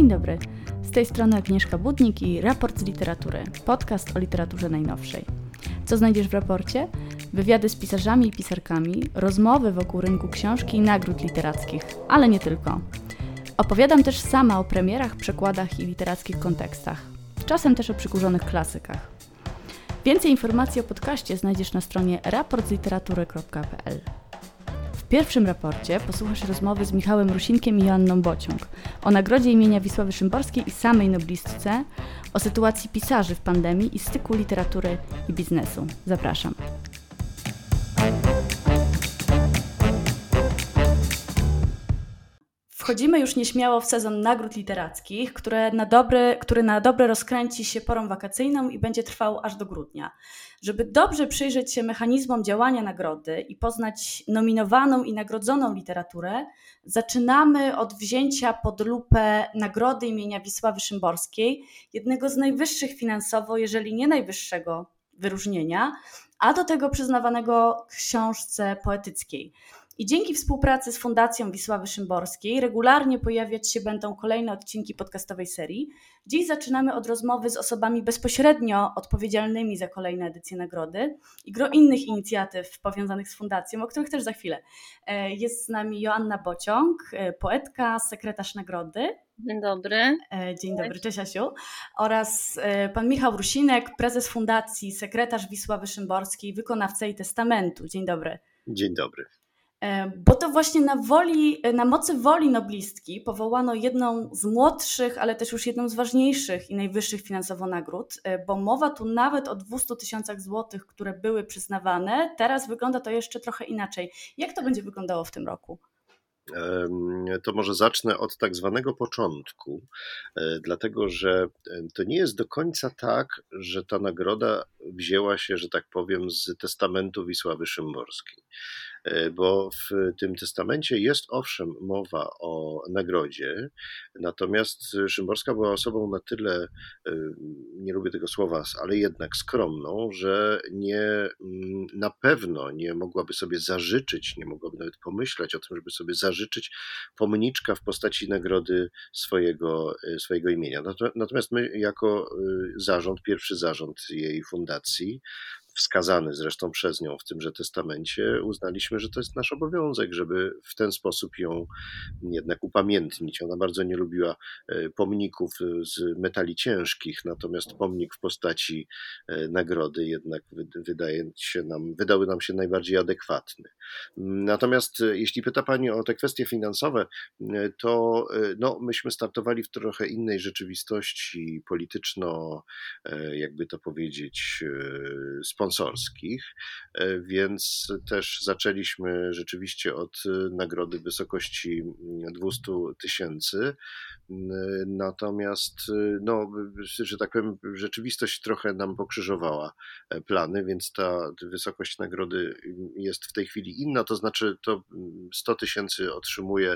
dobry, z tej strony Agnieszka Budnik i Raport z Literatury, podcast o literaturze najnowszej. Co znajdziesz w raporcie? Wywiady z pisarzami i pisarkami, rozmowy wokół rynku książki i nagród literackich, ale nie tylko. Opowiadam też sama o premierach, przekładach i literackich kontekstach, czasem też o przykurzonych klasykach. Więcej informacji o podcaście znajdziesz na stronie raportzliteratury.pl. W pierwszym raporcie posłuchasz rozmowy z Michałem Rusinkiem i Joanną Bociąg o nagrodzie imienia Wisławy Szymborskiej i samej noblistce, o sytuacji pisarzy w pandemii i styku literatury i biznesu. Zapraszam. Wchodzimy już nieśmiało w sezon nagród literackich, który na dobre rozkręci się porą wakacyjną i będzie trwał aż do grudnia. Żeby dobrze przyjrzeć się mechanizmom działania nagrody i poznać nominowaną i nagrodzoną literaturę, zaczynamy od wzięcia pod lupę nagrody imienia Wisławy Szymborskiej, jednego z najwyższych finansowo, jeżeli nie najwyższego wyróżnienia, a do tego przyznawanego książce poetyckiej. I dzięki współpracy z Fundacją Wisławy Szymborskiej regularnie pojawiać się będą kolejne odcinki podcastowej serii. Dziś zaczynamy od rozmowy z osobami bezpośrednio odpowiedzialnymi za kolejne edycje nagrody i gro innych inicjatyw powiązanych z Fundacją, o których też za chwilę. Jest z nami Joanna Bociąg, poetka, sekretarz nagrody. Dzień dobry. Dzień dobry, cześć Asiu. Oraz pan Michał Rusinek, prezes Fundacji, sekretarz Wisławy Szymborskiej, wykonawca jej testamentu. Dzień dobry. Dzień dobry. Bo to właśnie na mocy woli noblistki powołano jedną z młodszych, ale też już jedną z ważniejszych i najwyższych finansowo nagród, bo mowa tu nawet o 200 000 złotych, które były przyznawane. Teraz wygląda to jeszcze trochę inaczej. Jak to będzie wyglądało w tym roku? To może zacznę od tak zwanego początku, dlatego że to nie jest do końca tak, że ta nagroda wzięła się, że tak powiem, z testamentu Wisławy Szymborskiej. Bo w tym testamencie jest owszem mowa o nagrodzie, natomiast Szymborska była osobą na tyle, nie lubię tego słowa, ale jednak skromną, że na pewno nie mogłaby sobie zażyczyć, nie mogłaby nawet pomyśleć o tym, żeby sobie zażyczyć pomniczka w postaci nagrody swojego imienia. Natomiast my jako zarząd, pierwszy zarząd jej fundacji, wskazany zresztą przez nią w tymże testamencie, uznaliśmy, że to jest nasz obowiązek, żeby w ten sposób ją jednak upamiętnić. Ona bardzo nie lubiła pomników z metali ciężkich, natomiast pomnik w postaci nagrody jednak wydały nam się najbardziej adekwatny. Natomiast jeśli pyta Pani o te kwestie finansowe, to myśmy startowali w trochę innej rzeczywistości polityczno, jakby to powiedzieć, sponsorskich, więc też zaczęliśmy rzeczywiście od nagrody w wysokości 200 000, natomiast że tak powiem, rzeczywistość trochę nam pokrzyżowała plany, więc ta wysokość nagrody jest w tej chwili inna, to znaczy to 100 000 otrzymuje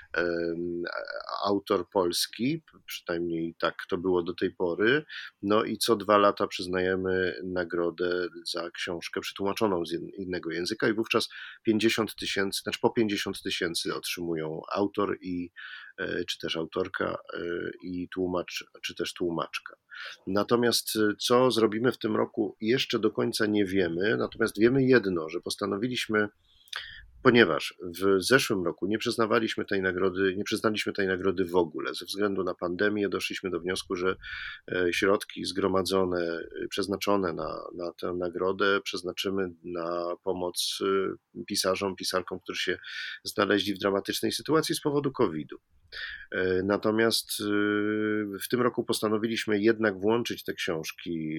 autor polski, przynajmniej tak to było do tej pory, i co 2 lata przyznajemy nagrodę za książkę przetłumaczoną z innego języka i wówczas 50 000, znaczy po 50 000 otrzymują autor czy też autorka i tłumacz, czy też tłumaczka. Natomiast co zrobimy w tym roku jeszcze do końca nie wiemy, natomiast wiemy jedno, że postanowiliśmy, ponieważ w zeszłym roku nie przyznaliśmy tej nagrody w ogóle. Ze względu na pandemię doszliśmy do wniosku, że środki przeznaczone na tę nagrodę przeznaczymy na pomoc pisarzom, pisarkom, którzy się znaleźli w dramatycznej sytuacji z powodu COVID-u. Natomiast w tym roku postanowiliśmy jednak włączyć te książki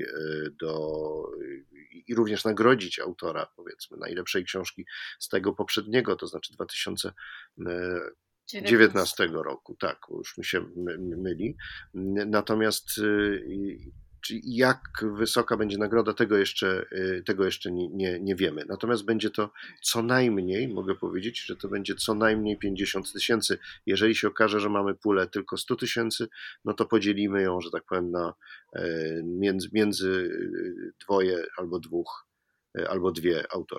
i również nagrodzić autora, powiedzmy, najlepszej książki z tego poprzedniego, to znaczy 2019 roku. Tak, już mi się myli. Natomiast jak wysoka będzie nagroda, tego jeszcze nie wiemy. Natomiast będzie to co najmniej, mogę powiedzieć, że to będzie co najmniej 50 000. Jeżeli się okaże, że mamy pulę tylko 100 000, to podzielimy ją, że tak powiem, między 2 albo 2 autorki.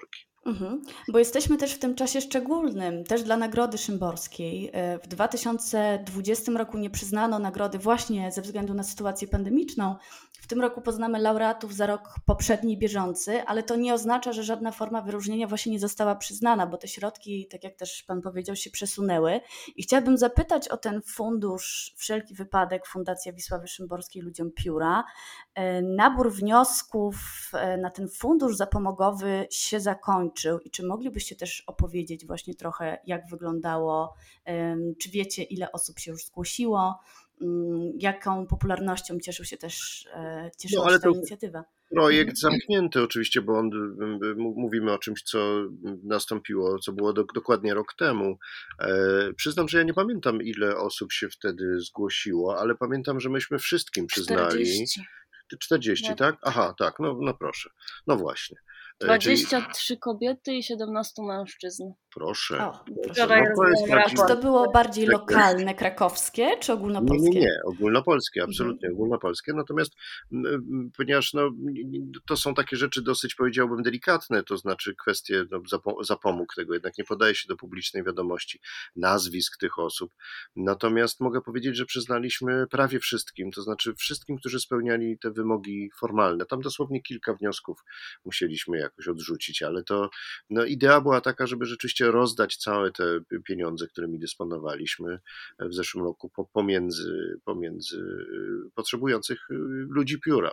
Bo jesteśmy też w tym czasie szczególnym, też dla Nagrody Szymborskiej. W 2020 roku nie przyznano nagrody właśnie ze względu na sytuację pandemiczną. W tym roku poznamy laureatów za rok poprzedni i bieżący, ale to nie oznacza, że żadna forma wyróżnienia właśnie nie została przyznana, bo te środki, tak jak też Pan powiedział, się przesunęły. I chciałabym zapytać o ten fundusz Wszelki Wypadek Fundacja Wisławy Szymborskiej Ludziom Pióra. Nabór wniosków na ten fundusz zapomogowy się zakończył i czy moglibyście też opowiedzieć właśnie trochę, jak wyglądało, czy wiecie, ile osób się już zgłosiło, jaką popularnością cieszyła się Ale ta to inicjatywa? projekt zamknięty oczywiście, bo mówimy o czymś, co nastąpiło, co było dokładnie rok temu. Przyznam, że ja nie pamiętam, ile osób się wtedy zgłosiło, ale pamiętam, że myśmy wszystkim przyznali. 40. 40, No. tak? Aha, tak, no proszę. No właśnie. 23 kobiety i 17 mężczyzn. Proszę. Proszę. Czy to było bardziej lokalne, krakowskie, czy ogólnopolskie? Nie, ogólnopolskie, absolutnie ogólnopolskie. Natomiast ponieważ to są takie rzeczy dosyć, powiedziałbym, delikatne, to znaczy kwestie zapomóg tego, jednak nie podaje się do publicznej wiadomości nazwisk tych osób. Natomiast mogę powiedzieć, że przyznaliśmy prawie wszystkim, to znaczy wszystkim, którzy spełniali te wymogi formalne. Tam dosłownie kilka wniosków musieliśmy jakoś odrzucić, ale to idea była taka, żeby rzeczywiście rozdać całe te pieniądze, którymi dysponowaliśmy w zeszłym roku pomiędzy potrzebujących ludzi Pióra.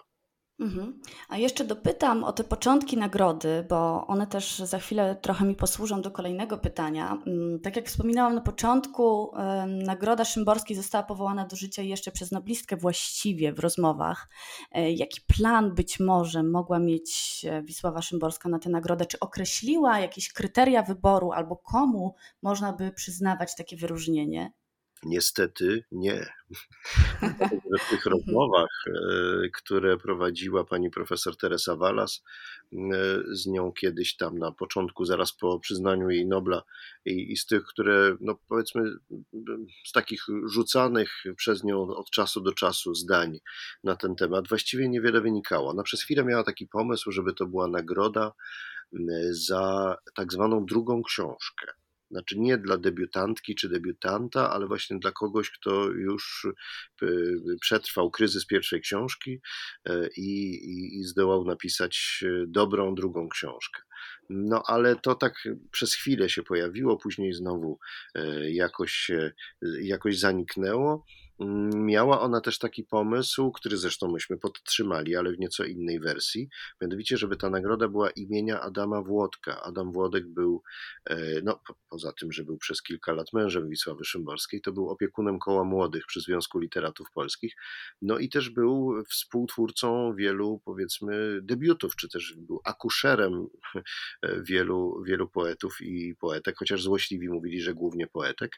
A jeszcze dopytam o te początki nagrody, bo one też za chwilę trochę mi posłużą do kolejnego pytania. Tak jak wspominałam na początku, Nagroda Szymborskiej została powołana do życia jeszcze przez noblistkę właściwie w rozmowach. Jaki plan być może mogła mieć Wisława Szymborska na tę nagrodę? Czy określiła jakieś kryteria wyboru albo komu można by przyznawać takie wyróżnienie? Niestety nie. W tych rozmowach, które prowadziła pani profesor Teresa Walas, z nią kiedyś tam na początku, zaraz po przyznaniu jej Nobla i z tych, które powiedzmy z takich rzucanych przez nią od czasu do czasu zdań na ten temat, właściwie niewiele wynikało. Ona przez chwilę miała taki pomysł, żeby to była nagroda za tak zwaną drugą książkę. Znaczy nie dla debiutantki czy debiutanta, ale właśnie dla kogoś, kto już przetrwał kryzys pierwszej książki i zdołał napisać dobrą drugą książkę. Ale to tak przez chwilę się pojawiło, później znowu jakoś zaniknęło. Miała ona też taki pomysł, który zresztą myśmy podtrzymali, ale w nieco innej wersji, mianowicie, żeby ta nagroda była imienia Adama Włodka. Adam Włodek był, poza tym, że był przez kilka lat mężem Wisławy Szymborskiej, to był opiekunem Koła Młodych przy Związku Literatów Polskich, i też był współtwórcą wielu, powiedzmy, debiutów, czy też był akuszerem wielu poetów i poetek, chociaż złośliwi mówili, że głównie poetek,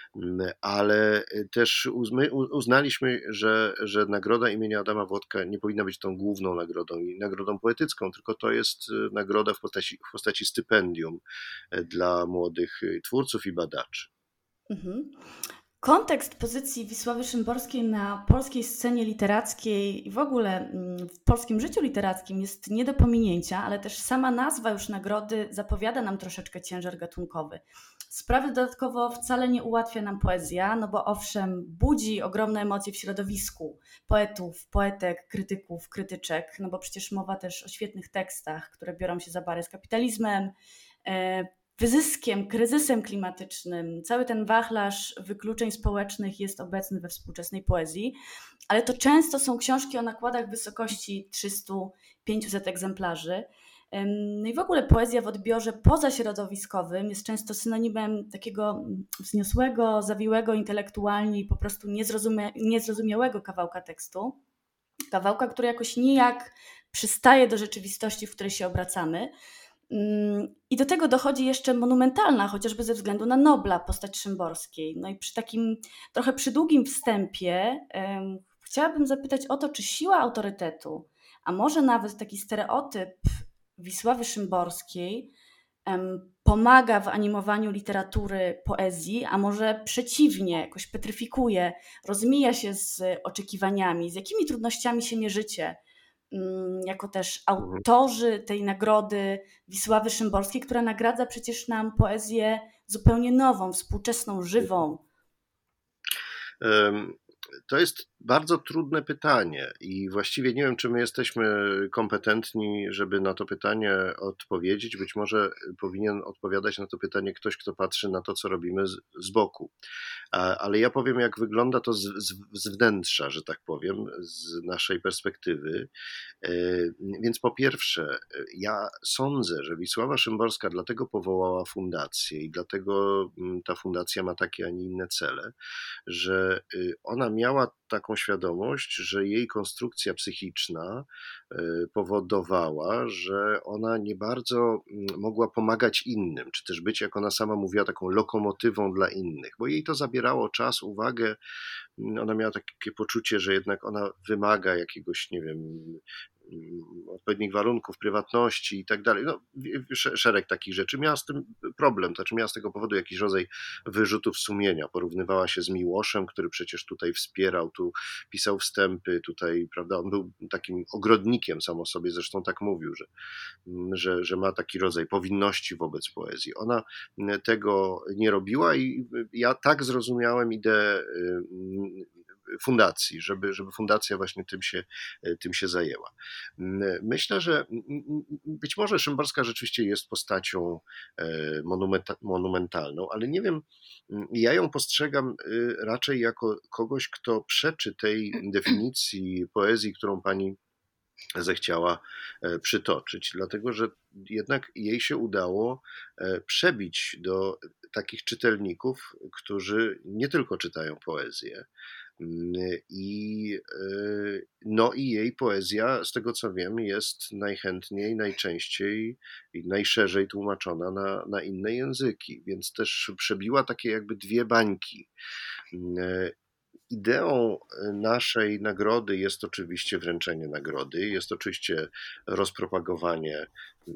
ale też my uznaliśmy, że nagroda imienia Adama Włodka nie powinna być tą główną nagrodą i nagrodą poetycką, tylko to jest nagroda w postaci stypendium dla młodych twórców i badaczy. Kontekst pozycji Wisławy Szymborskiej na polskiej scenie literackiej i w ogóle w polskim życiu literackim jest nie do pominięcia, ale też sama nazwa już nagrody zapowiada nam troszeczkę ciężar gatunkowy. Sprawy dodatkowo wcale nie ułatwia nam poezja, bo owszem, budzi ogromne emocje w środowisku poetów, poetek, krytyków, krytyczek, bo przecież mowa też o świetnych tekstach, które biorą się za bary z kapitalizmem, wyzyskiem, kryzysem klimatycznym. Cały ten wachlarz wykluczeń społecznych jest obecny we współczesnej poezji, ale to często są książki o nakładach w wysokości 300-500 egzemplarzy. I w ogóle poezja w odbiorze pozaśrodowiskowym jest często synonimem takiego wzniosłego, zawiłego intelektualnie i po prostu niezrozumiałego kawałka tekstu. Kawałka, który jakoś nijak przystaje do rzeczywistości, w której się obracamy. I do tego dochodzi jeszcze monumentalna, chociażby ze względu na Nobla, postać Szymborskiej. I przy takim trochę przydługim wstępie chciałabym zapytać o to, czy siła autorytetu, a może nawet taki stereotyp Wisławy Szymborskiej pomaga w animowaniu literatury, poezji, a może przeciwnie, jakoś petryfikuje, rozmija się z oczekiwaniami, z jakimi trudnościami się mierzycie, jako też autorzy tej nagrody Wisławy Szymborskiej, która nagradza przecież nam poezję zupełnie nową, współczesną, żywą. To jest bardzo trudne pytanie i właściwie nie wiem, czy my jesteśmy kompetentni, żeby na to pytanie odpowiedzieć. Być może powinien odpowiadać na to pytanie ktoś, kto patrzy na to, co robimy z boku. Ale ja powiem, jak wygląda to z wnętrza, że tak powiem, z naszej perspektywy. Więc po pierwsze, ja sądzę, że Wisława Szymborska dlatego powołała fundację i dlatego ta fundacja ma takie, a nie inne cele, że ona miała taką świadomość, że jej konstrukcja psychiczna powodowała, że ona nie bardzo mogła pomagać innym, czy też być, jak ona sama mówiła, taką lokomotywą dla innych, bo jej to zabierało czas, uwagę. Ona miała takie poczucie, że jednak ona wymaga jakiegoś, nie wiem, odpowiednich warunków, prywatności i tak dalej. No, szereg takich rzeczy. Miała z tym problem, znaczy miała z tego powodu jakiś rodzaj wyrzutów sumienia. Porównywała się z Miłoszem, który przecież tutaj wspierał, tu pisał wstępy, tutaj, prawda, on był takim ogrodnikiem sam o sobie, zresztą tak mówił, że ma taki rodzaj powinności wobec poezji. Ona tego nie robiła i ja tak zrozumiałem ideę fundacji, żeby fundacja właśnie tym się zajęła. Myślę, że być może Szymborska rzeczywiście jest postacią monumentalną, ale nie wiem, ja ją postrzegam raczej jako kogoś, kto przeczy tej definicji poezji, którą pani zechciała przytoczyć, dlatego że jednak jej się udało przebić do takich czytelników, którzy nie tylko czytają poezję. No i jej poezja, z tego co wiem, jest najchętniej, najczęściej i najszerzej tłumaczona na inne języki, więc też przebiła takie jakby dwie bańki. Ideą naszej nagrody jest oczywiście wręczenie nagrody, jest oczywiście rozpropagowanie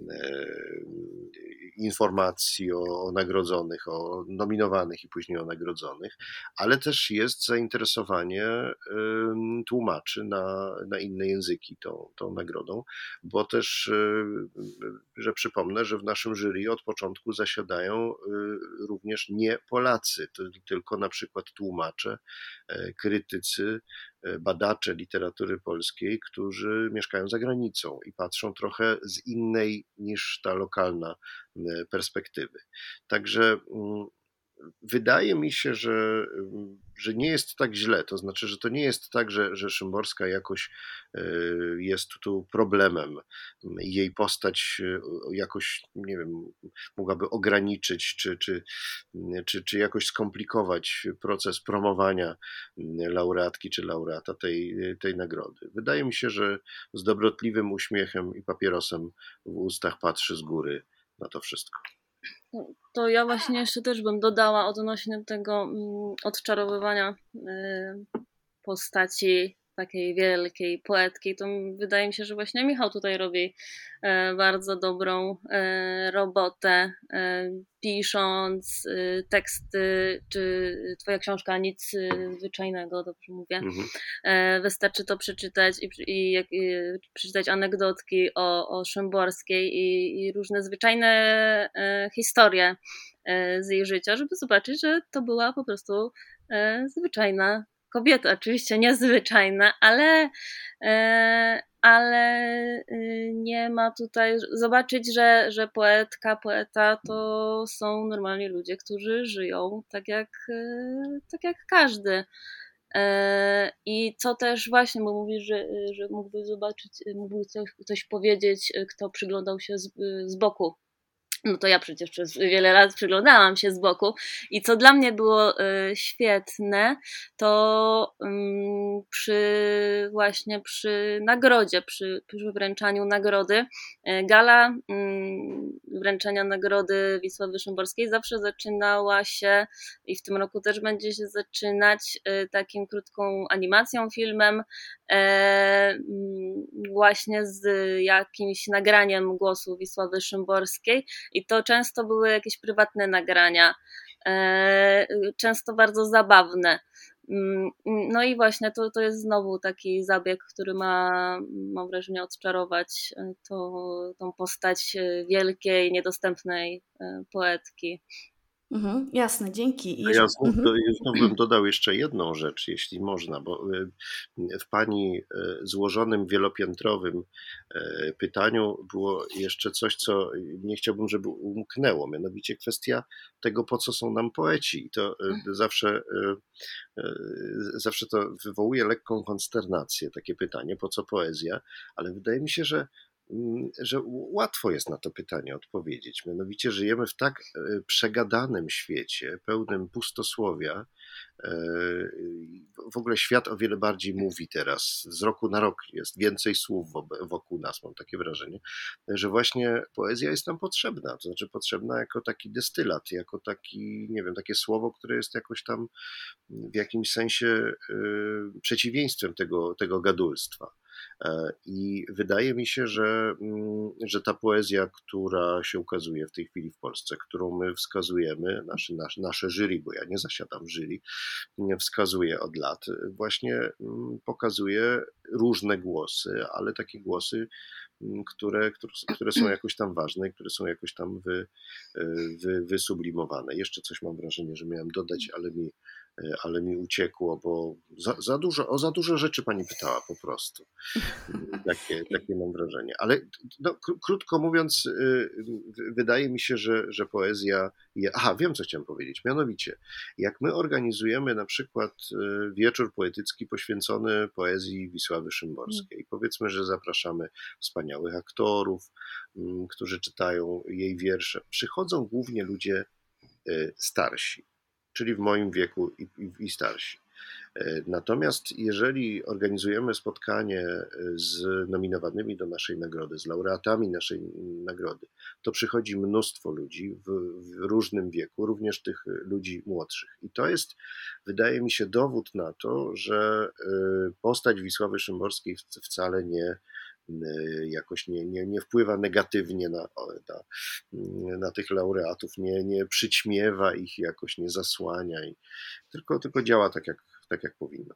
informacji o nagrodzonych, o nominowanych i później o nagrodzonych, ale też jest zainteresowanie tłumaczy na inne języki tą nagrodą, bo też, że przypomnę, że w naszym jury od początku zasiadają również nie Polacy, tylko na przykład tłumacze, krytycy, badacze literatury polskiej, którzy mieszkają za granicą i patrzą trochę z innej niż ta lokalna perspektywy. Także wydaje mi się, że nie jest tak źle, to znaczy, że to nie jest tak, że Szymborska jakoś jest tu problemem. Jej postać jakoś, nie wiem, mogłaby ograniczyć czy jakoś skomplikować proces promowania laureatki czy laureata tej nagrody. Wydaje mi się, że z dobrotliwym uśmiechem i papierosem w ustach patrzy z góry na to wszystko. To ja właśnie jeszcze też bym dodała odnośnie tego odczarowywania postaci takiej wielkiej poetki, to wydaje mi się, że właśnie Michał tutaj robi bardzo dobrą robotę, pisząc teksty, czy twoja książka Nic zwyczajnego, dobrze mówię. Wystarczy to przeczytać i przeczytać anegdotki o Szymborskiej i różne zwyczajne historie z jej życia, żeby zobaczyć, że to była po prostu zwyczajna kobieta, oczywiście niezwyczajna, ale nie ma tutaj zobaczyć, że poeta to są normalni ludzie, którzy żyją tak jak każdy. I co też właśnie, bo mówisz, że mógłby zobaczyć, mógłby coś powiedzieć, kto przyglądał się z boku. No to ja przecież przez wiele lat przyglądałam się z boku i co dla mnie było świetne, to przy nagrodzie, przy wręczaniu nagrody, gala wręczenia nagrody Wisławy Szymborskiej zawsze zaczynała się i w tym roku też będzie się zaczynać takim krótką animacją, filmem, właśnie z jakimś nagraniem głosu Wisławy Szymborskiej i to często były jakieś prywatne nagrania, często bardzo zabawne. No i właśnie to jest znowu taki zabieg, który mam wrażenie, odczarować tą postać wielkiej, niedostępnej poetki. Jasne, dzięki. Ja znów bym dodał jeszcze jedną rzecz, jeśli można, bo w pani złożonym wielopiętrowym pytaniu było jeszcze coś, co nie chciałbym, żeby umknęło, mianowicie kwestia tego, po co są nam poeci. I to zawsze to wywołuje lekką konsternację, takie pytanie, po co poezja, ale wydaje mi się, że łatwo jest na to pytanie odpowiedzieć. Mianowicie żyjemy w tak przegadanym świecie, pełnym pustosłowia. W ogóle świat o wiele bardziej mówi teraz. Z roku na rok jest więcej słów wokół nas, mam takie wrażenie, że właśnie poezja jest nam potrzebna. To znaczy potrzebna jako taki destylat, jako taki, nie wiem, takie słowo, które jest jakoś tam w jakimś sensie przeciwieństwem tego gadulstwa. I wydaje mi się, że ta poezja, która się ukazuje w tej chwili w Polsce, którą my wskazujemy, nasze jury, bo ja nie zasiadam w jury, wskazuje od lat, właśnie pokazuje różne głosy, ale takie głosy, które są jakoś tam ważne, które są jakoś tam wysublimowane. Jeszcze coś mam wrażenie, że miałem dodać, ale mi uciekło, bo za dużo rzeczy pani pytała po prostu. Takie mam wrażenie. Ale no, krótko mówiąc, wydaje mi się, że poezja... Aha, wiem, co chciałem powiedzieć. Mianowicie, jak my organizujemy na przykład wieczór poetycki poświęcony poezji Wisławy Szymborskiej, powiedzmy, że zapraszamy wspaniałych aktorów, którzy czytają jej wiersze. Przychodzą głównie ludzie starsi, czyli w moim wieku i starsi. Natomiast jeżeli organizujemy spotkanie z nominowanymi do naszej nagrody, z laureatami naszej nagrody, to przychodzi mnóstwo ludzi w różnym wieku, również tych ludzi młodszych. I to jest, wydaje mi się, dowód na to, że postać Wisławy Szymborskiej wcale jakoś nie wpływa negatywnie na tych laureatów, nie przyćmiewa ich jakoś, nie zasłania, tylko działa tak jak powinno.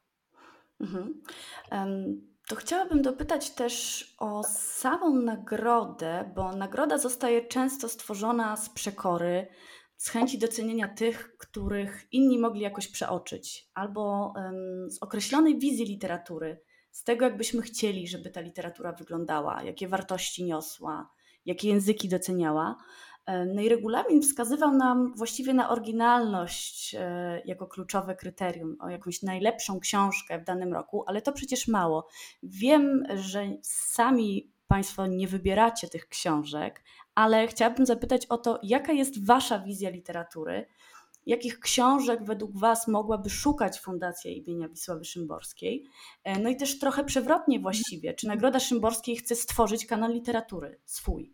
To chciałabym dopytać też o samą nagrodę, bo nagroda zostaje często stworzona z przekory, z chęci docenienia tych, których inni mogli jakoś przeoczyć, albo z określonej wizji literatury, z tego, jakbyśmy chcieli, żeby ta literatura wyglądała, jakie wartości niosła, jakie języki doceniała. No i regulamin wskazywał nam właściwie na oryginalność jako kluczowe kryterium, o jakąś najlepszą książkę w danym roku, ale to przecież mało. Wiem, że sami Państwo nie wybieracie tych książek, ale chciałabym zapytać o to, jaka jest Wasza wizja literatury, jakich książek według Was mogłaby szukać Fundacja imienia Wisławy Szymborskiej? No i też trochę przewrotnie właściwie, czy Nagroda Szymborskiej chce stworzyć kanon literatury swój?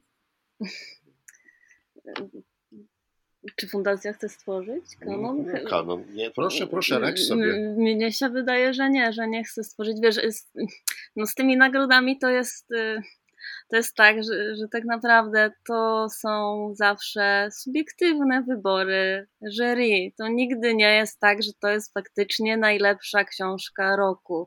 Czy fundacja chce stworzyć kanon? Kanon. Nie, proszę, radź sobie. Mnie się wydaje, że nie chce stworzyć. Wiesz, no z tymi nagrodami to jest tak, że tak naprawdę to są zawsze subiektywne wybory jury. To nigdy nie jest tak, że to jest faktycznie najlepsza książka roku.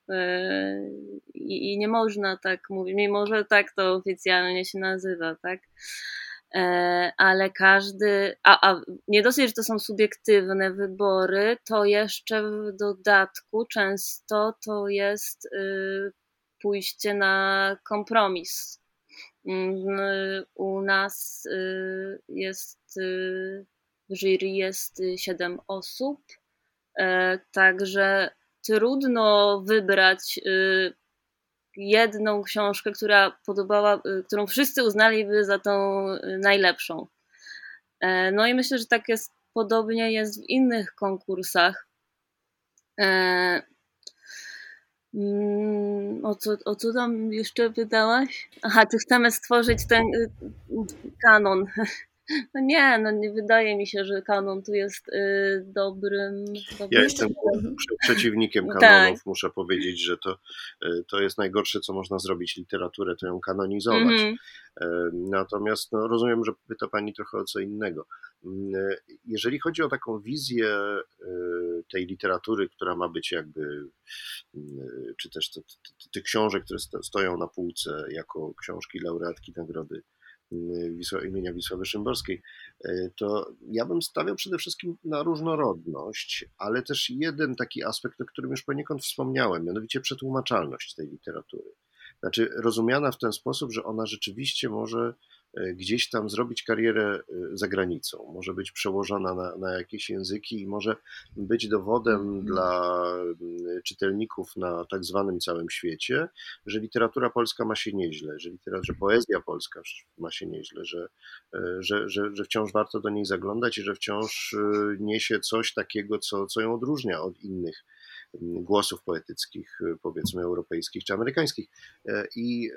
I nie można tak mówić, mimo że tak to oficjalnie się nazywa, tak? Ale każdy, a nie dosyć, że to są subiektywne wybory, to jeszcze w dodatku często to jest pójście na kompromis. U nas w jury jest 7 osób, także trudno wybrać jedną książkę, którą wszyscy uznaliby za tą najlepszą. No i myślę, że tak jest, podobnie jest w innych konkursach. O co tam jeszcze pytałaś? Aha, czy chcemy stworzyć ten kanon? No nie wydaje mi się, że kanon tu jest dobrym... Ja jestem przeciwnikiem kanonów, tak. Muszę powiedzieć, że to jest najgorsze, co można zrobić literaturę, to ją kanonizować. Natomiast no, rozumiem, że pyta pani trochę o co innego. Jeżeli chodzi o taką wizję tej literatury, która ma być jakby, czy też tych książek, które stoją na półce jako książki laureatki nagrody imienia Wisławy Szymborskiej, to ja bym stawiał przede wszystkim na różnorodność, ale też jeden taki aspekt, o którym już poniekąd wspomniałem, mianowicie przetłumaczalność tej literatury. Znaczy rozumiana w ten sposób, że ona rzeczywiście może gdzieś tam zrobić karierę za granicą, może być przełożona na jakieś języki i może być dowodem dla czytelników na tak zwanym całym świecie, że literatura polska ma się nieźle, że poezja polska ma się nieźle, że wciąż warto do niej zaglądać i że wciąż niesie coś takiego, co ją odróżnia od innych głosów poetyckich, powiedzmy europejskich czy amerykańskich. I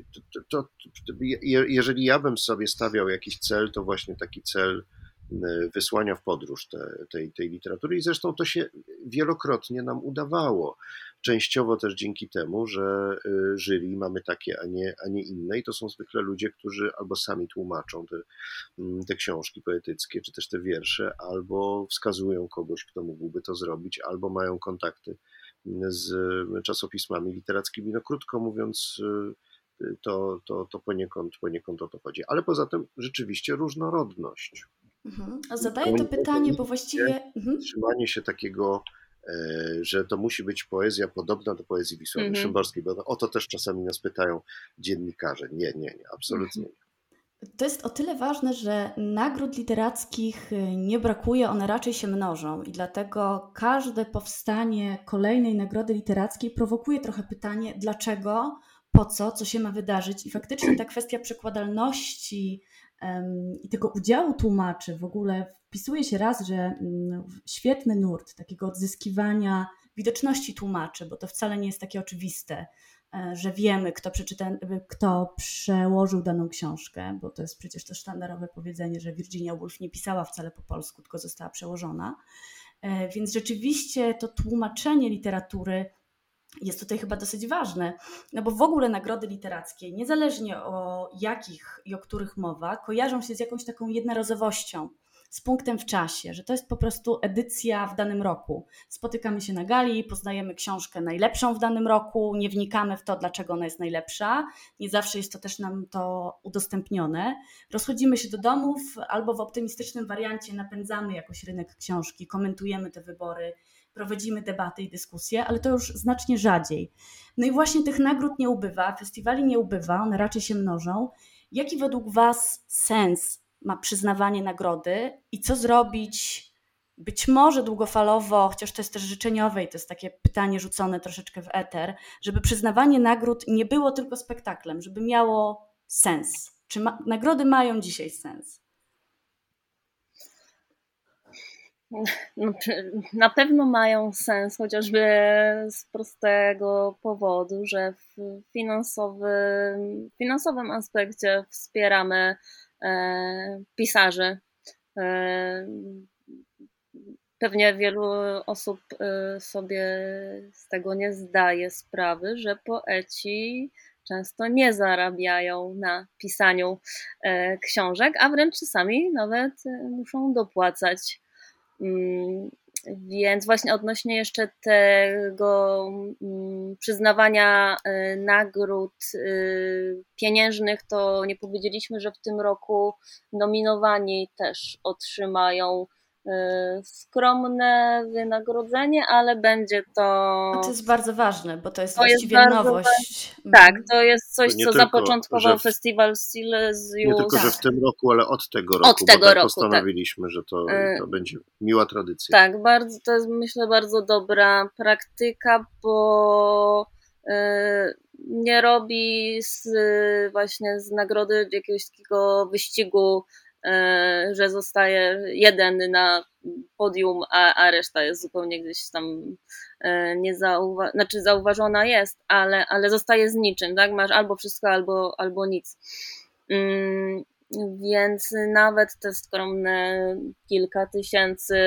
jeżeli ja bym sobie stawiał jakiś cel, to właśnie taki cel wysłania w podróż tej literatury i zresztą to się wielokrotnie nam udawało. Częściowo też dzięki temu, że jury mamy takie, a nie inne i to są zwykle ludzie, którzy albo sami tłumaczą te książki poetyckie, czy też te wiersze, albo wskazują kogoś, kto mógłby to zrobić, albo mają kontakty z czasopismami literackimi. No krótko mówiąc, to poniekąd o to chodzi. Ale poza tym rzeczywiście różnorodność. Zadaję to pytanie, bo właściwie... Trzymanie się takiego, że to musi być poezja podobna do poezji Wisławy Szymborskiej, bo o to też czasami nas pytają dziennikarze. Nie, absolutnie nie. To jest o tyle ważne, że nagród literackich nie brakuje, one raczej się mnożą i dlatego każde powstanie kolejnej nagrody literackiej prowokuje trochę pytanie, dlaczego, po co się ma wydarzyć i faktycznie ta kwestia przekładalności i tego udziału tłumaczy w ogóle wpisuje się raz, że świetny nurt takiego odzyskiwania widoczności tłumaczy, bo to wcale nie jest takie oczywiste, że wiemy, kto przełożył daną książkę, bo to jest przecież to sztandarowe powiedzenie, że Virginia Woolf nie pisała wcale po polsku, tylko została przełożona. Więc rzeczywiście to tłumaczenie literatury jest tutaj chyba dosyć ważne, no bo w ogóle nagrody literackie, niezależnie o jakich i o których mowa, kojarzą się z jakąś taką jednorazowością, z punktem w czasie, że to jest po prostu edycja w danym roku. Spotykamy się na gali, poznajemy książkę najlepszą w danym roku, nie wnikamy w to, dlaczego ona jest najlepsza, nie zawsze jest to też nam to udostępnione. Rozchodzimy się do domów albo w optymistycznym wariancie napędzamy jakoś rynek książki, komentujemy te wybory, prowadzimy debaty i dyskusje, ale to już znacznie rzadziej. No i właśnie tych nagród nie ubywa, festiwali nie ubywa, one raczej się mnożą. Jaki według Was sens ma przyznawanie nagrody i co zrobić być może długofalowo, chociaż to jest też życzeniowe i to jest takie pytanie rzucone troszeczkę w eter, żeby przyznawanie nagród nie było tylko spektaklem, żeby miało sens. Czy nagrody mają dzisiaj sens? Na pewno mają sens, chociażby z prostego powodu, że w finansowym aspekcie wspieramy pisarzy. Pewnie wielu osób sobie z tego nie zdaje sprawy, że poeci często nie zarabiają na pisaniu książek, a wręcz czasami nawet muszą dopłacać. Więc właśnie odnośnie jeszcze tego przyznawania nagród pieniężnych, to nie powiedzieliśmy, że w tym roku nominowani też otrzymają skromne wynagrodzenie, ale będzie to... To jest bardzo ważne, bo to jest właściwie nowość. Tak, to jest coś, to co zapoczątkował festiwal Silesius. Nie tylko, że w tym roku, ale od tego roku, postanowiliśmy, że to będzie miła tradycja. Tak, bardzo, to jest myślę bardzo dobra praktyka, bo nie robi właśnie z nagrody jakiegoś takiego wyścigu, że zostaje jeden na podium, a reszta jest zupełnie gdzieś tam zauważona jest, ale zostaje z niczym, tak? Masz albo wszystko, albo nic. Więc nawet te skromne kilka tysięcy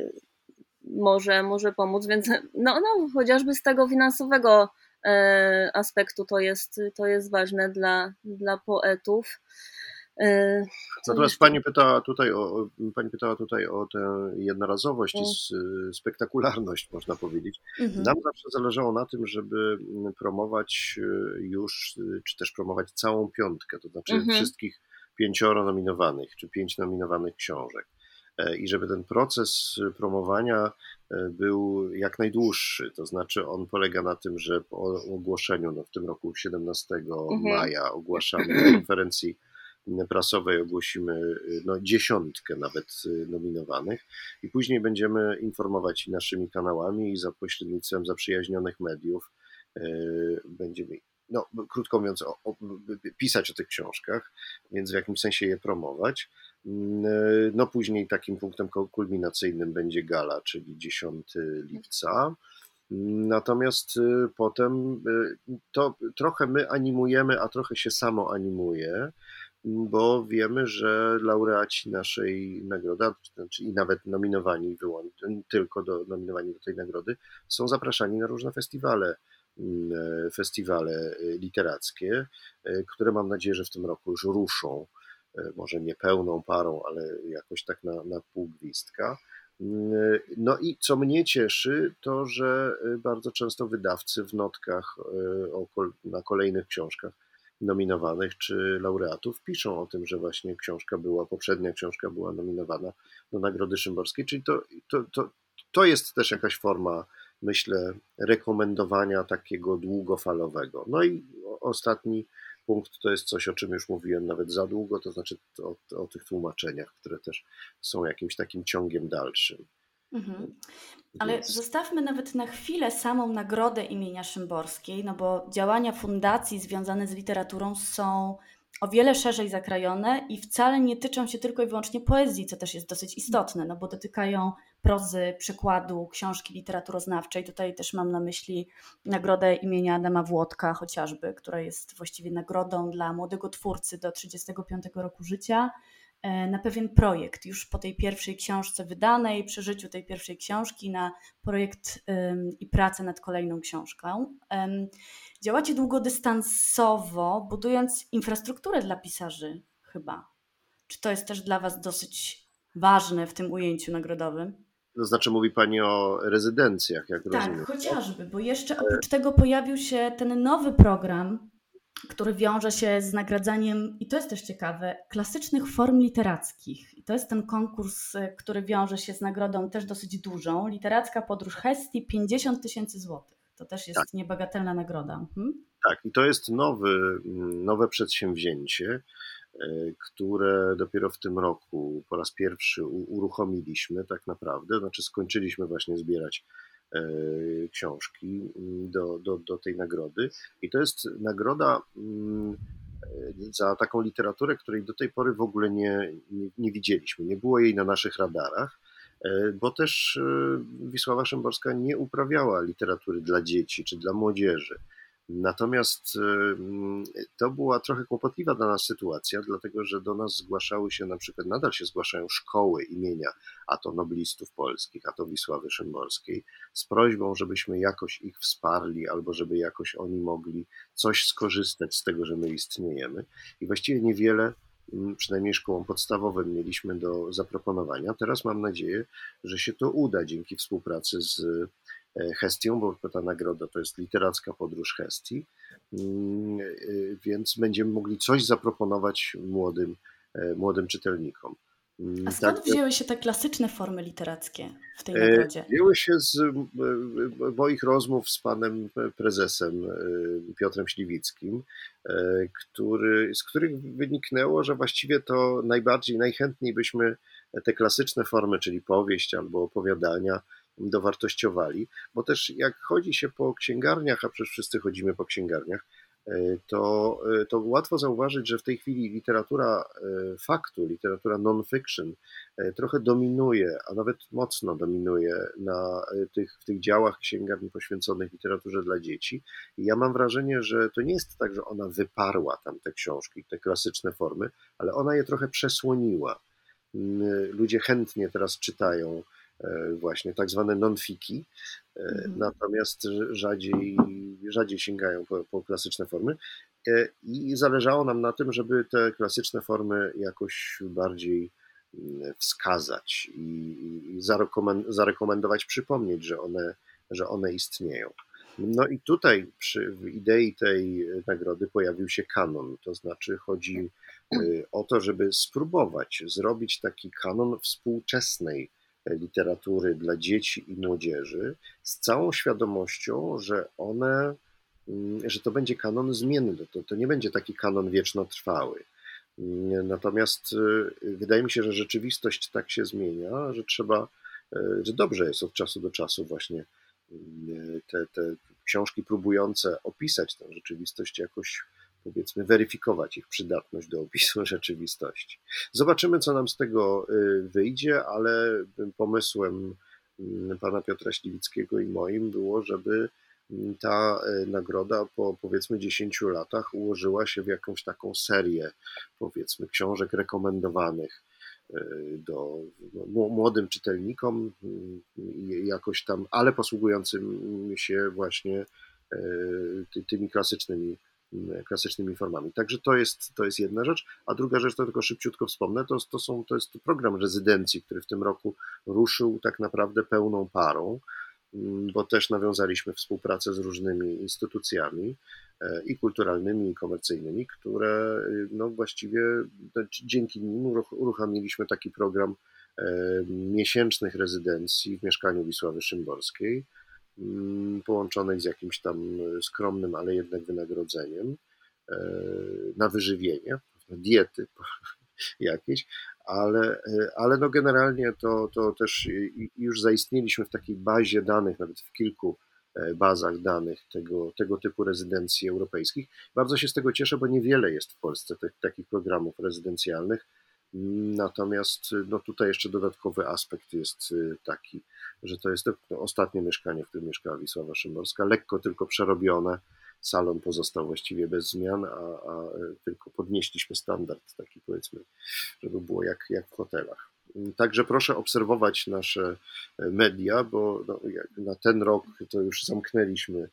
może pomóc, więc no chociażby z tego finansowego aspektu to jest ważne dla poetów. Natomiast pani pytała tutaj o tę jednorazowość i spektakularność, można powiedzieć. Nam zawsze zależało na tym, żeby promować czy też promować całą piątkę, to znaczy wszystkich 5 nominowanych, czy 5 nominowanych książek. I żeby ten proces promowania był jak najdłuższy, to znaczy on polega na tym, że po ogłoszeniu, w tym roku 17 maja ogłaszamy na konferencji prasowej, ogłosimy 10 nawet nominowanych i później będziemy informować i naszymi kanałami i za pośrednictwem zaprzyjaźnionych mediów będziemy, krótko mówiąc, pisać o tych książkach, więc w jakimś sensie je promować. Później takim punktem kulminacyjnym będzie gala, czyli 10 lipca. Natomiast potem to trochę my animujemy, a trochę się samo animuje, bo wiemy, że laureaci naszej nagrody, czyli nawet nominowani tylko nominowani do tej nagrody, są zapraszani na różne festiwale literackie, które mam nadzieję, że w tym roku już ruszą. Może nie pełną parą, ale jakoś tak na pół gwizdka. No i co mnie cieszy, to że bardzo często wydawcy w notkach na kolejnych książkach nominowanych czy laureatów piszą o tym, że właśnie poprzednia książka była nominowana do Nagrody Szymborskiej, czyli to jest też jakaś forma, myślę, rekomendowania takiego długofalowego. No i ostatni punkt to jest coś, o czym już mówiłem nawet za długo, to znaczy o tych tłumaczeniach, które też są jakimś takim ciągiem dalszym. Ale zostawmy nawet na chwilę samą nagrodę imienia Szymborskiej, bo działania fundacji związane z literaturą są o wiele szerzej zakrojone i wcale nie tyczą się tylko i wyłącznie poezji, co też jest dosyć istotne, bo dotykają prozy, przekładu, książki literaturoznawczej. Tutaj też mam na myśli nagrodę imienia Adama Włodka chociażby, która jest właściwie nagrodą dla młodego twórcy do 35 roku życia na pewien projekt, już po tej pierwszej książce wydanej, przeżyciu tej pierwszej książki, na projekt i pracę nad kolejną książką. Działacie długodystansowo, budując infrastrukturę dla pisarzy chyba. Czy to jest też dla Was dosyć ważne w tym ujęciu nagrodowym? To znaczy mówi Pani o rezydencjach, jak rozumiem. Tak, chociażby, bo jeszcze oprócz tego pojawił się ten nowy program, który wiąże się z nagradzaniem, i to jest też ciekawe, klasycznych form literackich. I to jest ten konkurs, który wiąże się z nagrodą też dosyć dużą. Literacka Podróż Hestii, 50 000 złotych. To też jest niebagatelna nagroda. Tak, i to jest nowe przedsięwzięcie, które dopiero w tym roku po raz pierwszy uruchomiliśmy tak naprawdę. Znaczy skończyliśmy właśnie zbierać książki do tej nagrody i to jest nagroda za taką literaturę, której do tej pory w ogóle nie widzieliśmy, nie było jej na naszych radarach, bo też Wisława Szymborska nie uprawiała literatury dla dzieci czy dla młodzieży. Natomiast to była trochę kłopotliwa dla nas sytuacja, dlatego że do nas zgłaszały się, na przykład nadal się zgłaszają szkoły imienia a to noblistów polskich, a to Wisławy Szymborskiej, z prośbą, żebyśmy jakoś ich wsparli albo żeby jakoś oni mogli coś skorzystać z tego, że my istniejemy. I właściwie niewiele, przynajmniej szkołom podstawowym, mieliśmy do zaproponowania. Teraz mam nadzieję, że się to uda dzięki współpracy z Hestią, bo ta nagroda to jest Literacka Podróż Hestii, więc będziemy mogli coś zaproponować młodym czytelnikom. A skąd wzięły się te klasyczne formy literackie w tej nagrodzie? Wzięły się z moich rozmów z panem prezesem Piotrem Śliwickim, z których wyniknęło, że właściwie to najchętniej byśmy te klasyczne formy, czyli powieść albo opowiadania, dowartościowali, bo też jak chodzi się po księgarniach, a przecież wszyscy chodzimy po księgarniach, to łatwo zauważyć, że w tej chwili literatura faktu, literatura non-fiction trochę dominuje, a nawet mocno dominuje w tych działach księgarni poświęconych literaturze dla dzieci. I ja mam wrażenie, że to nie jest tak, że ona wyparła tam te książki, te klasyczne formy, ale ona je trochę przesłoniła. Ludzie chętnie teraz czytają właśnie tak zwane non-fiki, natomiast rzadziej sięgają po klasyczne formy. I zależało nam na tym, żeby te klasyczne formy jakoś bardziej wskazać i zarekomendować, przypomnieć, że one istnieją. No i tutaj w idei tej nagrody pojawił się kanon, to znaczy chodzi o to, żeby spróbować zrobić taki kanon współczesnej literatury dla dzieci i młodzieży z całą świadomością, że to będzie kanon zmienny, to nie będzie taki kanon wiecznotrwały. Natomiast wydaje mi się, że rzeczywistość tak się zmienia, że dobrze jest od czasu do czasu właśnie te książki próbujące opisać tę rzeczywistość jakoś, powiedzmy, weryfikować ich przydatność do opisu rzeczywistości. Zobaczymy, co nam z tego wyjdzie, ale pomysłem pana Piotra Śliwickiego i moim było, żeby ta nagroda po, powiedzmy, 10 latach ułożyła się w jakąś taką serię, powiedzmy, książek rekomendowanych do młodym czytelnikom, jakoś tam, ale posługującym się właśnie tymi klasycznymi formami. Także to jest jedna rzecz, a druga rzecz, to tylko szybciutko wspomnę, to jest program rezydencji, który w tym roku ruszył tak naprawdę pełną parą, bo też nawiązaliśmy współpracę z różnymi instytucjami i kulturalnymi, i komercyjnymi, które no właściwie dzięki nim uruchomiliśmy taki program miesięcznych rezydencji w mieszkaniu Wisławy Szymborskiej, połączonej z jakimś tam skromnym, ale jednak wynagrodzeniem na wyżywienie, na diety jakieś, ale no generalnie to też już zaistnieliśmy w takiej bazie danych, nawet w kilku bazach danych tego typu rezydencji europejskich. Bardzo się z tego cieszę, bo niewiele jest w Polsce takich programów rezydencjalnych. Natomiast no tutaj jeszcze dodatkowy aspekt jest taki, że to jest ostatnie mieszkanie, w którym mieszkała Wisława Szymborska, lekko tylko przerobione. Salon pozostał właściwie bez zmian, a tylko podnieśliśmy standard taki, powiedzmy, żeby było jak w hotelach. Także proszę obserwować nasze media, bo no, na ten rok to już zamknęliśmy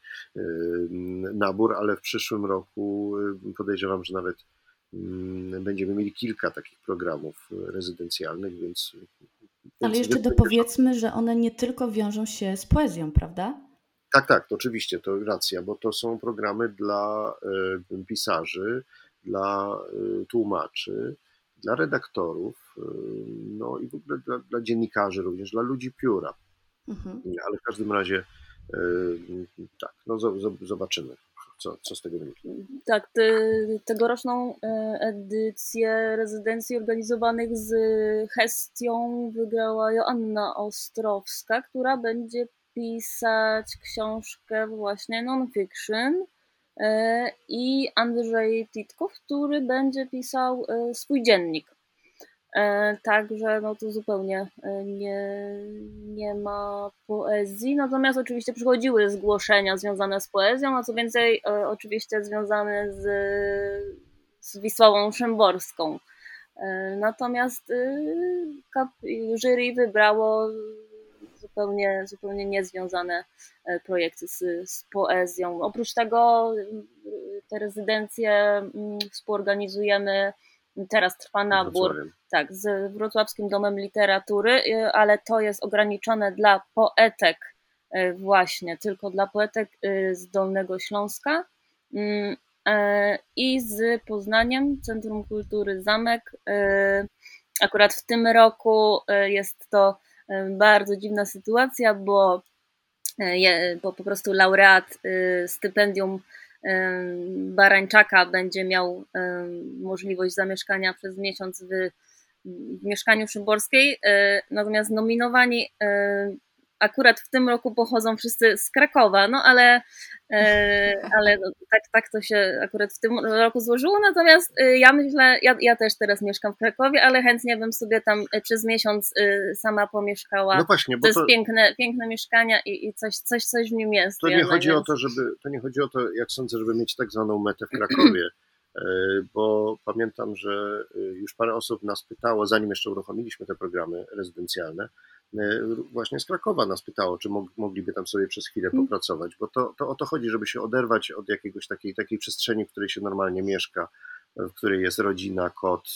nabór, ale w przyszłym roku podejrzewam, że nawet będziemy mieli kilka takich programów rezydencjalnych, więc... Ale jeszcze dopowiedzmy, że one nie tylko wiążą się z poezją, prawda? Tak, to oczywiście, to racja, bo to są programy dla pisarzy, dla tłumaczy, dla redaktorów, no i w ogóle dla dziennikarzy również, dla ludzi pióra. Ale w każdym razie tak, no zobaczymy, co z tego wyniknie. Tak, tegoroczną edycję rezydencji organizowanych z Hestią wygrała Joanna Ostrowska, która będzie pisać książkę właśnie non-fiction, i Andrzej Titkow, który będzie pisał swój dziennik. Także no to zupełnie nie ma poezji, natomiast oczywiście przychodziły zgłoszenia związane z poezją, a co więcej oczywiście związane z Wisławą Szymborską. Natomiast jury wybrało zupełnie niezwiązane projekty z poezją. Oprócz tego te rezydencje współorganizujemy, teraz trwa nabór, tak, z Wrocławskim Domem Literatury, ale to jest ograniczone dla poetek właśnie, tylko dla poetek z Dolnego Śląska i z Poznaniem, Centrum Kultury Zamek. Akurat w tym roku jest to bardzo dziwna sytuacja, bo po prostu laureat stypendium Barańczaka będzie miał możliwość zamieszkania przez miesiąc w mieszkaniu Szymborskiej, natomiast nominowani akurat w tym roku pochodzą wszyscy z Krakowa, no ale no, tak to się akurat w tym roku złożyło, natomiast ja myślę, ja też teraz mieszkam w Krakowie, ale chętnie bym sobie tam przez miesiąc sama pomieszkała. No właśnie, bo to jest piękne mieszkania i coś w nim jest. To nie chodzi o to, jak sądzę, żeby mieć tak zwaną metę w Krakowie, bo pamiętam, że już parę osób nas pytało, zanim jeszcze uruchomiliśmy te programy rezydencjalne, właśnie z Krakowa nas pytało, czy mogliby tam sobie przez chwilę popracować, bo to o to chodzi, żeby się oderwać od jakiegoś takiej przestrzeni, w której się normalnie mieszka, w której jest rodzina, kot,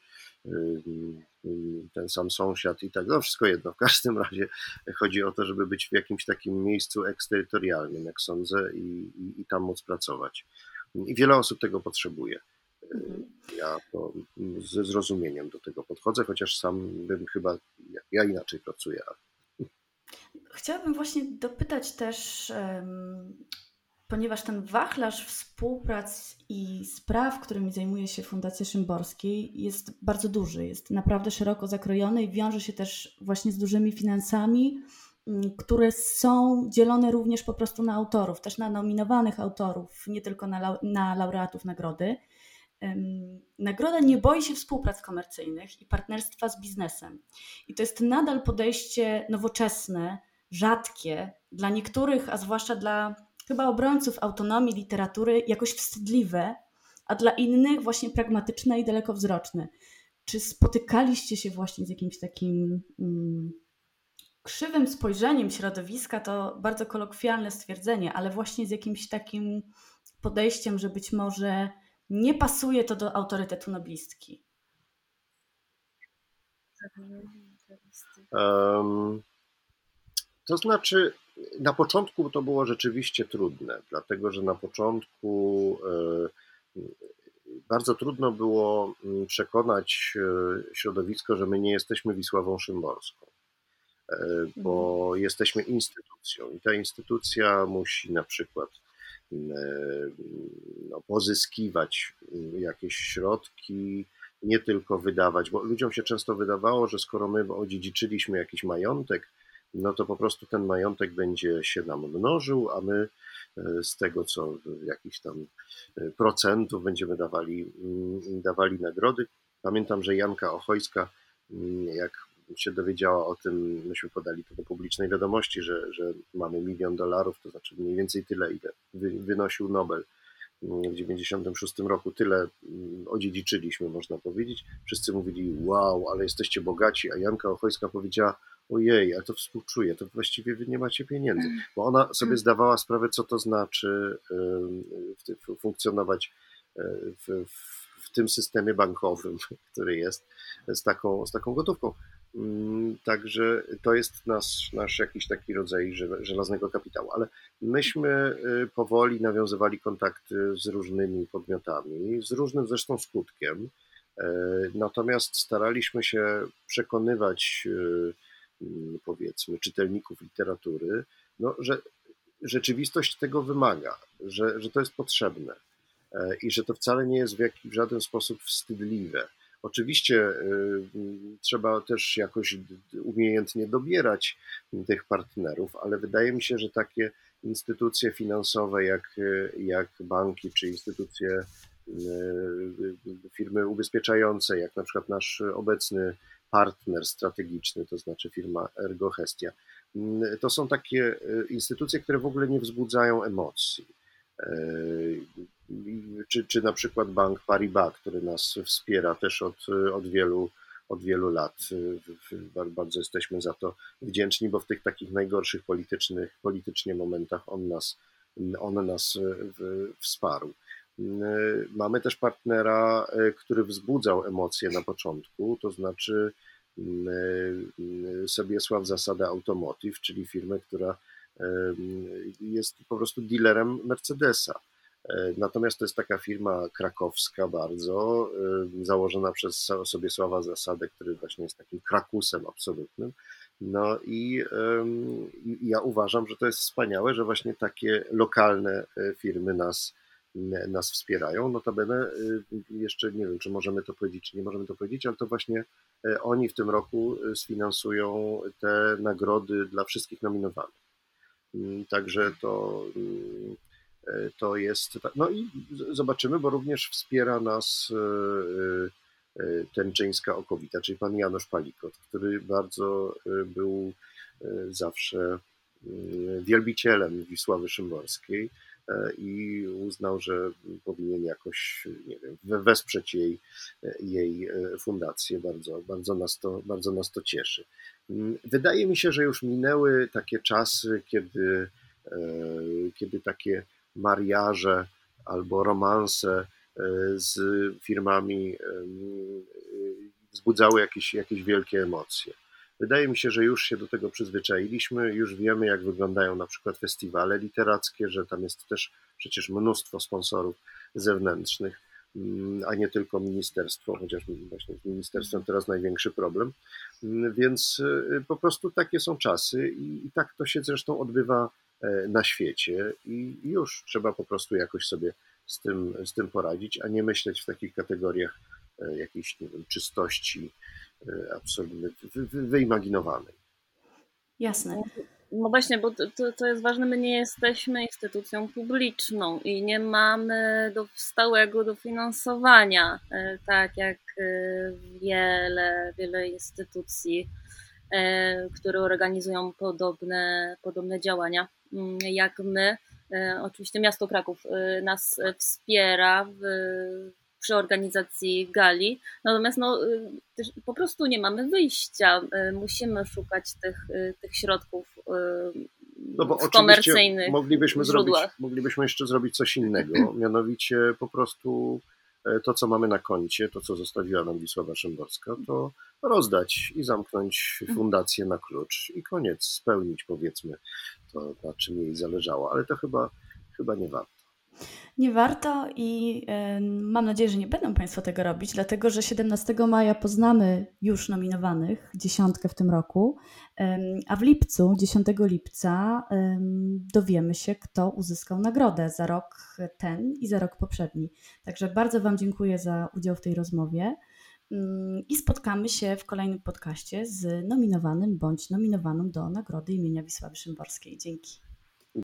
ten sam sąsiad i tak, no wszystko jedno. W każdym razie chodzi o to, żeby być w jakimś takim miejscu eksterytorialnym, jak sądzę, i tam móc pracować. I wiele osób tego potrzebuje. Ja to ze zrozumieniem do tego podchodzę, chociaż sam bym chyba, ja inaczej pracuję. Chciałabym właśnie dopytać też, ponieważ ten wachlarz współprac i spraw, którymi zajmuje się Fundacja Szymborskiej, jest bardzo duży, jest naprawdę szeroko zakrojony i wiąże się też właśnie z dużymi finansami, które są dzielone również po prostu na autorów, też na nominowanych autorów, nie tylko na laureatów nagrody. Nagroda nie boi się współprac komercyjnych i partnerstwa z biznesem. I to jest nadal podejście nowoczesne, rzadkie, dla niektórych, a zwłaszcza dla chyba obrońców autonomii literatury, jakoś wstydliwe, a dla innych właśnie pragmatyczne i dalekowzroczne. Czy spotykaliście się właśnie z jakimś takim krzywym spojrzeniem środowiska? To bardzo kolokwialne stwierdzenie, ale właśnie z jakimś takim podejściem, że być może nie pasuje to do autorytetu noblistki? To znaczy, na początku to było rzeczywiście trudne, dlatego że na początku bardzo trudno było przekonać środowisko, że my nie jesteśmy Wisławą Szymborską, bo jesteśmy instytucją i ta instytucja musi na przykład pozyskiwać jakieś środki, nie tylko wydawać, bo ludziom się często wydawało, że skoro my odziedziczyliśmy jakiś majątek, no to po prostu ten majątek będzie się nam mnożył, a my z tego, co jakichś tam procentów będziemy dawali nagrody. Pamiętam, że Janka Ochojska, jak się dowiedziała o tym, myśmy podali to do publicznej wiadomości, że mamy $1 000 000, to znaczy mniej więcej tyle, ile wynosił Nobel w 96 roku, tyle odziedziczyliśmy, można powiedzieć. Wszyscy mówili, wow, ale jesteście bogaci, a Janka Ochojska powiedziała, ojej, ale to współczuję, to właściwie wy nie macie pieniędzy, bo ona sobie zdawała sprawę, co to znaczy funkcjonować w tym systemie bankowym, który jest z taką gotówką. Także to jest nasz jakiś taki rodzaj żelaznego kapitału, ale myśmy powoli nawiązywali kontakty z różnymi podmiotami, z różnym zresztą skutkiem, natomiast staraliśmy się przekonywać, powiedzmy, czytelników literatury, no, że rzeczywistość tego wymaga, że to jest potrzebne i że to wcale nie jest w żaden sposób wstydliwe. Oczywiście trzeba też jakoś umiejętnie dobierać tych partnerów, ale wydaje mi się, że takie instytucje finansowe jak banki czy instytucje, firmy ubezpieczające, jak na przykład nasz obecny partner strategiczny, to znaczy firma Ergo Hestia, to są takie instytucje, które w ogóle nie wzbudzają emocji. Czy na przykład bank Paribas, który nas wspiera też od wielu lat. Bardzo jesteśmy za to wdzięczni, bo w tych takich najgorszych politycznie momentach on nas wsparł. Mamy też partnera, który wzbudzał emocje na początku, to znaczy Sobiesław Zasada Automotive, czyli firmę, która jest po prostu dealerem Mercedesa. Natomiast to jest taka firma krakowska bardzo, założona przez Sobiesława Zasadę, który właśnie jest takim krakusem absolutnym. No i ja uważam, że to jest wspaniałe, że właśnie takie lokalne firmy nas wspierają. Notabene jeszcze nie wiem, czy możemy to powiedzieć, czy nie możemy to powiedzieć, ale to właśnie oni w tym roku sfinansują te nagrody dla wszystkich nominowanych. Także to jest, no i zobaczymy, bo również wspiera nas Tęczyńska Okowita, czyli pan Janusz Palikot, który bardzo był zawsze wielbicielem Wisławy Szymborskiej. i uznał, że powinien jakoś, nie wiem, wesprzeć jej fundację. Bardzo nas to cieszy. Wydaje mi się, że już minęły takie czasy, kiedy takie mariaże albo romanse z firmami wzbudzały jakieś wielkie emocje. Wydaje mi się, że już się do tego przyzwyczailiśmy, już wiemy, jak wyglądają na przykład festiwale literackie, że tam jest też przecież mnóstwo sponsorów zewnętrznych, a nie tylko ministerstwo, chociaż właśnie z ministerstwem teraz największy problem. Więc po prostu takie są czasy i tak to się zresztą odbywa na świecie i już trzeba po prostu jakoś sobie z tym poradzić, a nie myśleć w takich kategoriach jakiejś, nie wiem, czystości absolutnie wyimaginowanej. Jasne. No właśnie, bo to jest ważne, my nie jesteśmy instytucją publiczną i nie mamy stałego dofinansowania, tak jak wiele instytucji, które organizują podobne działania jak my. Oczywiście miasto Kraków nas wspiera przy organizacji gali, natomiast też po prostu nie mamy wyjścia. Musimy szukać tych środków w komercyjnych źródłach. Moglibyśmy jeszcze zrobić coś innego, mianowicie po prostu to, co mamy na koncie, to, co zostawiła nam Wisława Szymborska, to rozdać i zamknąć fundację na klucz i koniec, spełnić, powiedzmy, to, na czym jej zależało, ale to chyba nie warto. Nie warto i mam nadzieję, że nie będą Państwo tego robić, dlatego że 17 maja poznamy już nominowanych, 10 w tym roku, a w lipcu, 10 lipca dowiemy się, kto uzyskał nagrodę za rok ten i za rok poprzedni. Także bardzo Wam dziękuję za udział w tej rozmowie i spotkamy się w kolejnym podcaście z nominowanym bądź nominowaną do nagrody imienia Wisławy Szymborskiej. Dzięki.